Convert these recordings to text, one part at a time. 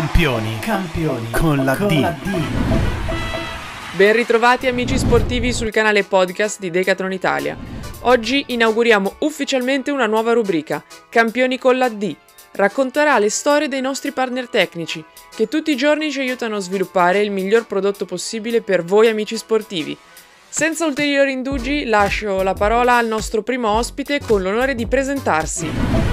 Campioni con la D. Ben ritrovati amici sportivi sul canale podcast di Decathlon Italia. Oggi inauguriamo ufficialmente una nuova rubrica, Campioni con la D. Racconterà le storie dei nostri partner tecnici, che tutti i giorni ci aiutano a sviluppare il miglior prodotto possibile per voi amici sportivi. Senza ulteriori indugi lascio la parola al nostro primo ospite con l'onore di presentarsi.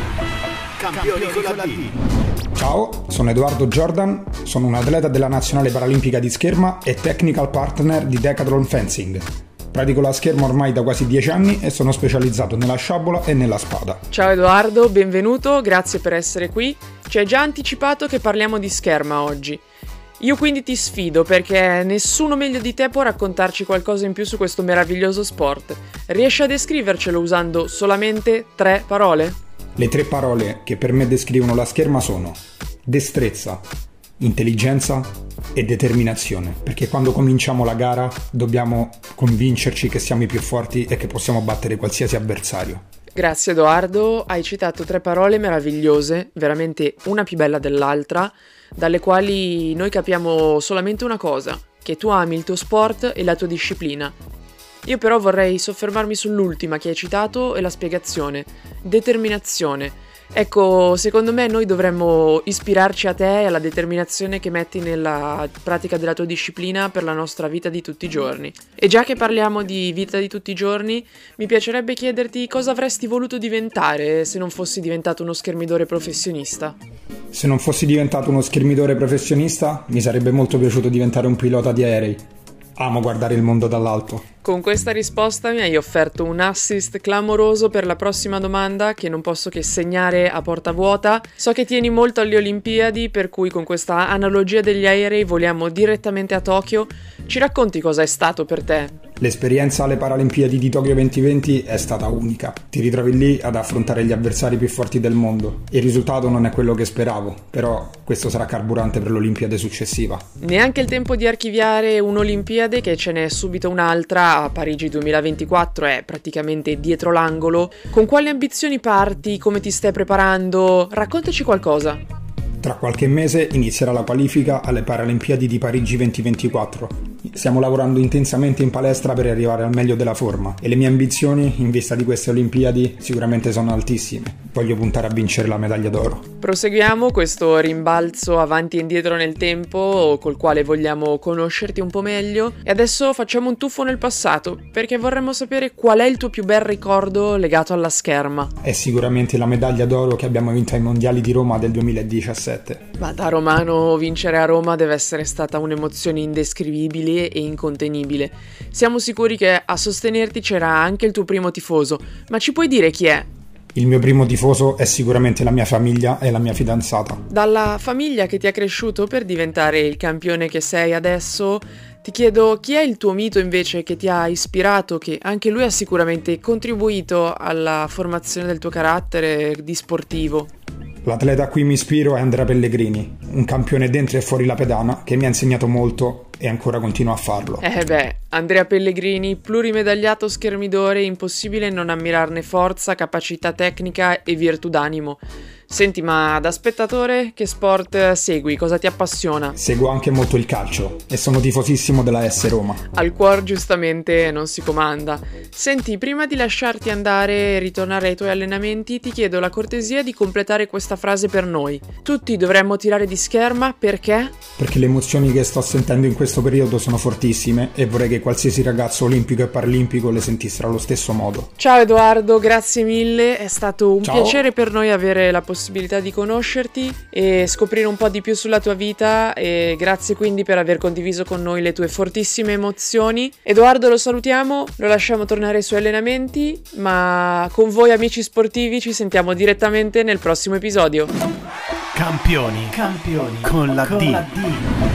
Campioni con la D. Ciao, sono Edoardo Jordan, sono un atleta della Nazionale Paralimpica di Scherma e Technical Partner di Decathlon Fencing. Pratico la scherma ormai da quasi 10 anni e sono specializzato nella sciabola e nella spada. Ciao Edoardo, benvenuto, grazie per essere qui. Ci hai già anticipato che parliamo di scherma oggi. Io quindi ti sfido perché nessuno meglio di te può raccontarci qualcosa in più su questo meraviglioso sport. Riesci a descrivercelo usando solamente 3 parole? Le 3 parole che per me descrivono la scherma sono destrezza, intelligenza e determinazione, perché quando cominciamo la gara dobbiamo convincerci che siamo i più forti e che possiamo battere qualsiasi avversario. Grazie Edoardo, hai citato 3 parole meravigliose, veramente una più bella dell'altra, dalle quali noi capiamo solamente una cosa, che tu ami il tuo sport e la tua disciplina. Io però vorrei soffermarmi sull'ultima che hai citato e la spiegazione, determinazione. Ecco, secondo me noi dovremmo ispirarci a te e alla determinazione che metti nella pratica della tua disciplina per la nostra vita di tutti i giorni. E già che parliamo di vita di tutti i giorni, mi piacerebbe chiederti cosa avresti voluto diventare se non fossi diventato uno schermidore professionista. Se non fossi diventato uno schermidore professionista, mi sarebbe molto piaciuto diventare un pilota di aerei. Amo guardare il mondo dall'alto. Con questa risposta mi hai offerto un assist clamoroso per la prossima domanda che non posso che segnare a porta vuota. So che tieni molto alle Olimpiadi, per cui con questa analogia degli aerei voliamo direttamente a Tokyo. Ci racconti cosa è stato per te? L'esperienza alle Paralimpiadi di Tokyo 2020 è stata unica. Ti ritrovi lì ad affrontare gli avversari più forti del mondo. Il risultato non è quello che speravo, però questo sarà carburante per l'Olimpiade successiva. Neanche il tempo di archiviare un'Olimpiade, che ce n'è subito un'altra a Parigi 2024, è praticamente dietro l'angolo. Con quali ambizioni parti? Come ti stai preparando? Raccontaci qualcosa. Tra qualche mese inizierà la qualifica alle Paralimpiadi di Parigi 2024. Stiamo lavorando intensamente in palestra per arrivare al meglio della forma e le mie ambizioni in vista di queste Olimpiadi sicuramente sono altissime. Voglio puntare a vincere la medaglia d'oro. Proseguiamo questo rimbalzo avanti e indietro nel tempo col quale vogliamo conoscerti un po' meglio e adesso facciamo un tuffo nel passato perché vorremmo sapere qual è il tuo più bel ricordo legato alla scherma. È sicuramente la medaglia d'oro che abbiamo vinto ai mondiali di Roma del 2017. Ma da romano vincere a Roma deve essere stata un'emozione indescrivibile e incontenibile. Siamo sicuri che a sostenerti c'era anche il tuo primo tifoso, ma ci puoi dire chi è? Il mio primo tifoso è sicuramente la mia famiglia e la mia fidanzata. Dalla famiglia che ti ha cresciuto per diventare il campione che sei adesso, ti chiedo chi è il tuo mito invece che ti ha ispirato, che anche lui ha sicuramente contribuito alla formazione del tuo carattere di sportivo. L'atleta a cui mi ispiro è Andrea Pellegrini, un campione dentro e fuori la pedana che mi ha insegnato molto e ancora continua a farlo. Andrea Pellegrini, plurimedagliato schermidore, impossibile non ammirarne forza, capacità tecnica e virtù d'animo. Senti, ma da spettatore che sport segui? Cosa ti appassiona? Seguo anche molto il calcio e sono tifosissimo della AS Roma. Al cuor giustamente non si comanda. Senti, prima di lasciarti andare e ritornare ai tuoi allenamenti, ti chiedo la cortesia di completare questa frase per noi. Tutti dovremmo tirare di scherma perché? Perché le emozioni che sto sentendo in questo periodo sono fortissime e vorrei che qualsiasi ragazzo olimpico e paralimpico le sentisse allo stesso modo. Ciao Edoardo, grazie mille, è stato un Ciao. piacere per noi avere la possibilità di conoscerti e scoprire un po' di più sulla tua vita e grazie quindi per aver condiviso con noi le tue fortissime emozioni. Edoardo lo salutiamo, lo lasciamo tornare ai suoi allenamenti, ma con voi amici sportivi ci sentiamo direttamente nel prossimo episodio. Campioni con la D.